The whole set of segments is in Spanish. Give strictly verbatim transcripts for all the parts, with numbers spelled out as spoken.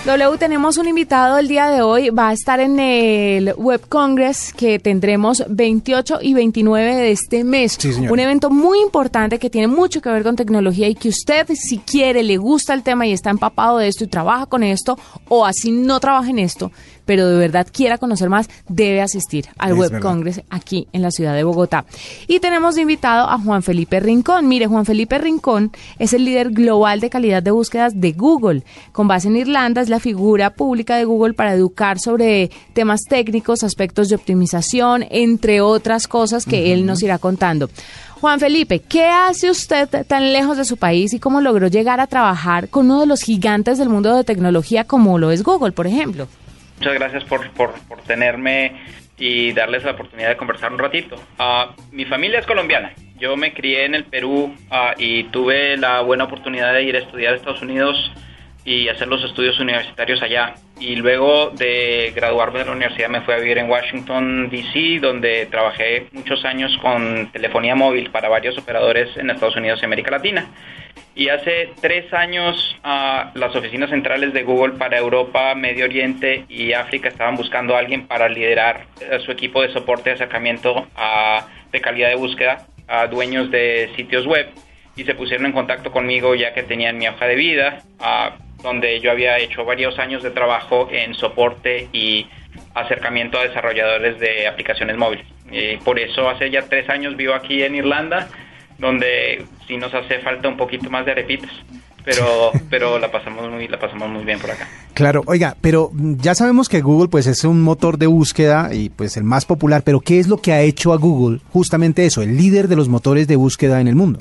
W, tenemos un invitado el día de hoy, va a estar en el Web Congress que tendremos veintiocho y veintinueve de este mes. Sí, señor. Un evento muy importante que tiene mucho que ver con tecnología y que usted, si quiere, le gusta el tema y está empapado de esto y trabaja con esto, o así no trabaja en esto, pero de verdad quiera conocer más, debe asistir al Es Web verdad. Congress aquí en la ciudad de Bogotá. Y tenemos de invitado a Juan Felipe Rincón. Mire, Juan Felipe Rincón es el líder global de calidad de búsquedas de Google. Con base en Irlanda, es la figura pública de Google para educar sobre temas técnicos, aspectos de optimización, entre otras cosas que uh-huh. él nos irá contando. Juan Felipe, ¿qué hace usted tan lejos de su país y cómo logró llegar a trabajar con uno de los gigantes del mundo de tecnología como lo es Google, por ejemplo? Muchas gracias por, por, por tenerme y darles la oportunidad de conversar un ratito. Uh, mi familia es colombiana. Yo me crié en el Perú uh, y tuve la buena oportunidad de ir a estudiar a Estados Unidos y hacer los estudios universitarios allá. Y luego de graduarme de la universidad me fui a vivir en Washington, D C, donde trabajé muchos años con telefonía móvil para varios operadores en Estados Unidos y América Latina. Y hace tres años uh, las oficinas centrales de Google para Europa, Medio Oriente y África estaban buscando a alguien para liderar uh, su equipo de soporte de acercamiento uh, de calidad de búsqueda a dueños de sitios web. Y se pusieron en contacto conmigo ya que tenían mi hoja de vida, uh, donde yo había hecho varios años de trabajo en soporte y acercamiento a desarrolladores de aplicaciones móviles. Y por eso hace ya tres años vivo aquí en Irlanda, donde sí nos hace falta un poquito más de arepitas, pero pero la pasamos muy la pasamos muy bien por acá. Claro, oiga, pero ya sabemos que Google pues es un motor de búsqueda y pues el más popular, pero ¿qué es lo que ha hecho a Google justamente eso, el líder de los motores de búsqueda en el mundo?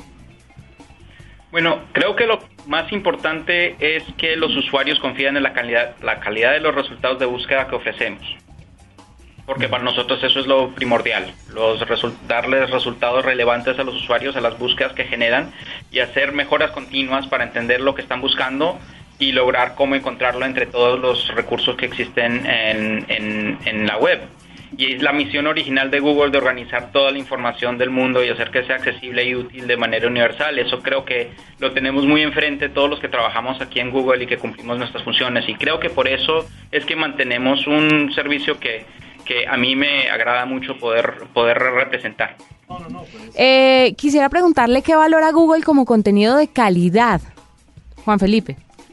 Bueno, creo que lo más importante es que los usuarios confían en la calidad la calidad de los resultados de búsqueda que ofrecemos. Porque para nosotros eso es lo primordial, los resu- darles resultados relevantes a los usuarios, a las búsquedas que generan y hacer mejoras continuas para entender lo que están buscando y lograr cómo encontrarlo entre todos los recursos que existen en, en, en la web. Y es la misión original de Google de organizar toda la información del mundo y hacer que sea accesible y útil de manera universal. Eso creo que lo tenemos muy enfrente todos los que trabajamos aquí en Google y que cumplimos nuestras funciones. Y creo que por eso es que mantenemos un servicio que que a mí me agrada mucho poder poder representar. Eh, quisiera preguntarle qué valora Google como contenido de calidad, Juan Felipe.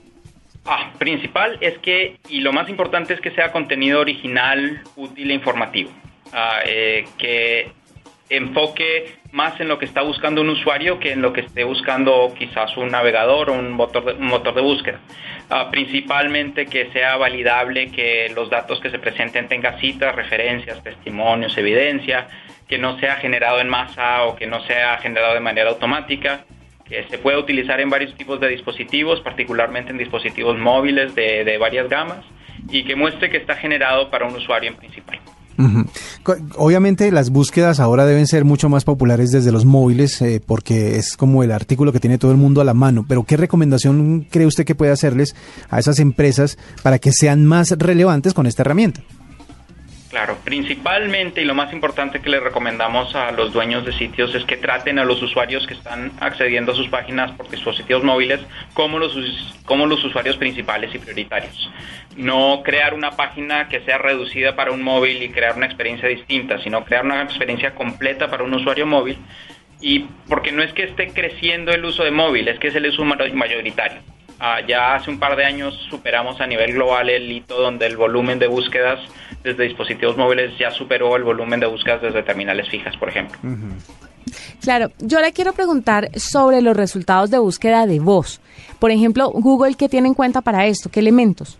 Ah, principal es que, y lo más importante es que sea contenido original, útil e informativo, ah, eh, que enfoque más en lo que está buscando un usuario que en lo que esté buscando quizás un navegador o un motor de, un motor de búsqueda. Uh, principalmente que sea validable, que los datos que se presenten tengan citas, referencias, testimonios, evidencia, que no sea generado en masa o que no sea generado de manera automática, que se pueda utilizar en varios tipos de dispositivos, particularmente en dispositivos móviles de, de varias gamas, y que muestre que está generado para un usuario en principal. Uh-huh. Obviamente las búsquedas ahora deben ser mucho más populares desde los móviles eh, porque es como el artículo que tiene todo el mundo a la mano, pero ¿qué recomendación cree usted que puede hacerles a esas empresas para que sean más relevantes con esta herramienta? Claro, principalmente y lo más importante que le recomendamos a los dueños de sitios es que traten a los usuarios que están accediendo a sus páginas por dispositivos móviles como los, como los usuarios principales y prioritarios. No crear una página que sea reducida para un móvil y crear una experiencia distinta, sino crear una experiencia completa para un usuario móvil. Y porque no es que esté creciendo el uso de móvil, es que es el uso mayoritario. Uh, ya hace un par de años superamos a nivel global el hito donde el volumen de búsquedas desde dispositivos móviles ya superó el volumen de búsquedas desde terminales fijas, por ejemplo. Uh-huh. Claro, yo le quiero preguntar sobre los resultados de búsqueda de voz. Por ejemplo, Google, ¿qué tiene en cuenta para esto? ¿Qué elementos?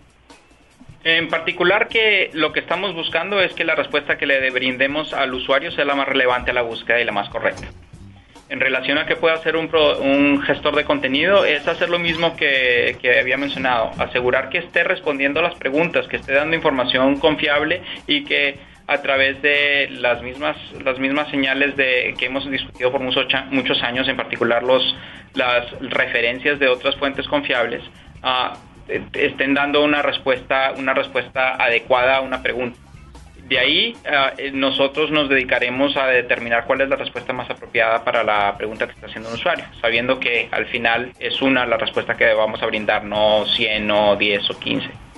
En particular, que lo que estamos buscando es que la respuesta que le brindemos al usuario sea la más relevante a la búsqueda y la más correcta. En relación a qué puede hacer un, pro, un gestor de contenido, es hacer lo mismo que, que había mencionado, asegurar que esté respondiendo a las preguntas, que esté dando información confiable y que a través de las mismas las mismas señales de que hemos discutido por muchos, muchos años, en particular los las referencias de otras fuentes confiables, uh, estén dando una respuesta una respuesta adecuada a una pregunta. De ahí, uh, nosotros nos dedicaremos a determinar cuál es la respuesta más apropiada para la pregunta que está haciendo un usuario, sabiendo que al final es una la respuesta que vamos a brindar, no cien o diez o quince.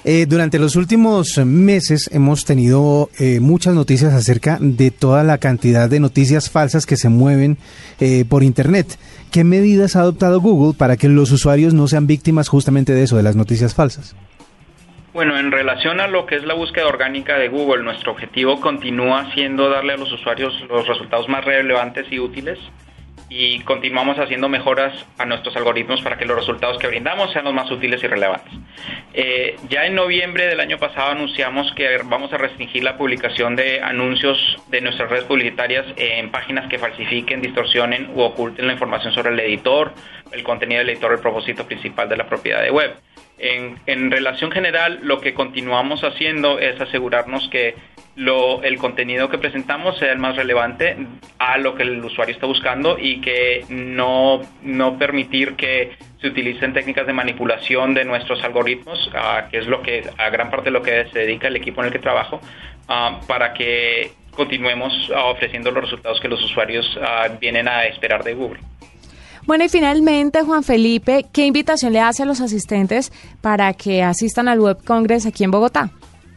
Eh, durante los últimos meses hemos tenido eh, muchas noticias acerca de toda la cantidad de noticias falsas que se mueven eh, por Internet. ¿Qué medidas ha adoptado Google para que los usuarios no sean víctimas justamente de eso, de las noticias falsas? Bueno, en relación a lo que es la búsqueda orgánica de Google, nuestro objetivo continúa siendo darle a los usuarios los resultados más relevantes y útiles, y continuamos haciendo mejoras a nuestros algoritmos para que los resultados que brindamos sean los más útiles y relevantes. Eh, ya en noviembre del año pasado anunciamos que vamos a restringir la publicación de anuncios de nuestras redes publicitarias en páginas que falsifiquen, distorsionen u oculten la información sobre el editor, el contenido del editor, el propósito principal de la propiedad de web. En, en relación general, lo que continuamos haciendo es asegurarnos que lo, el contenido que presentamos sea el más relevante a lo que el usuario está buscando, y que no, no permitir que se utilicen técnicas de manipulación de nuestros algoritmos, uh, que es lo que a gran parte de lo que se dedica el equipo en el que trabajo, uh, para que continuemos uh, ofreciendo los resultados que los usuarios uh, vienen a esperar de Google. Bueno, y finalmente, Juan Felipe, ¿qué invitación le hace a los asistentes para que asistan al Web Congress aquí en Bogotá?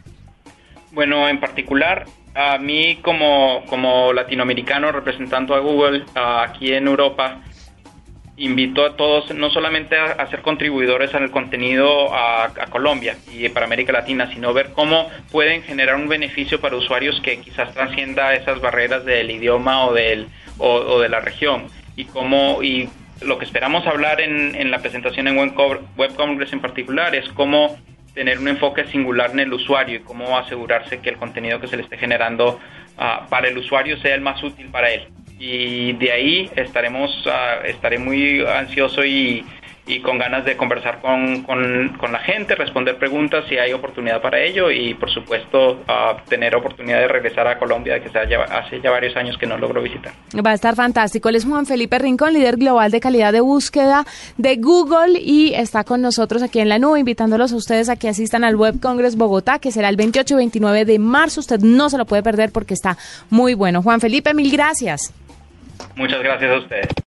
Bueno, en particular, a mí como, como latinoamericano representando a Google uh, aquí en Europa, invito a todos no solamente a, a ser contribuidores al contenido a, a Colombia y para América Latina, sino ver cómo pueden generar un beneficio para usuarios que quizás trascienda esas barreras del idioma o, del, o, o de la región, y cómo... y lo que esperamos hablar en, en la presentación en Web Congress en particular es cómo tener un enfoque singular en el usuario y cómo asegurarse que el contenido que se le esté generando uh, para el usuario sea el más útil para él. Y de ahí estaremos, uh, estaré muy ansioso y, y con ganas de conversar con, con, con la gente, responder preguntas si hay oportunidad para ello, y por supuesto uh, tener oportunidad de regresar a Colombia, que hace ya varios años que no logro visitar. Va a estar fantástico. Él es Juan Felipe Rincón, líder global de calidad de búsqueda de Google, y está con nosotros aquí en la nube, invitándolos a ustedes a que asistan al Web Congress Bogotá, que será el veintiocho y veintinueve de marzo. Usted no se lo puede perder porque está muy bueno. Juan Felipe, mil gracias. Muchas gracias a ustedes.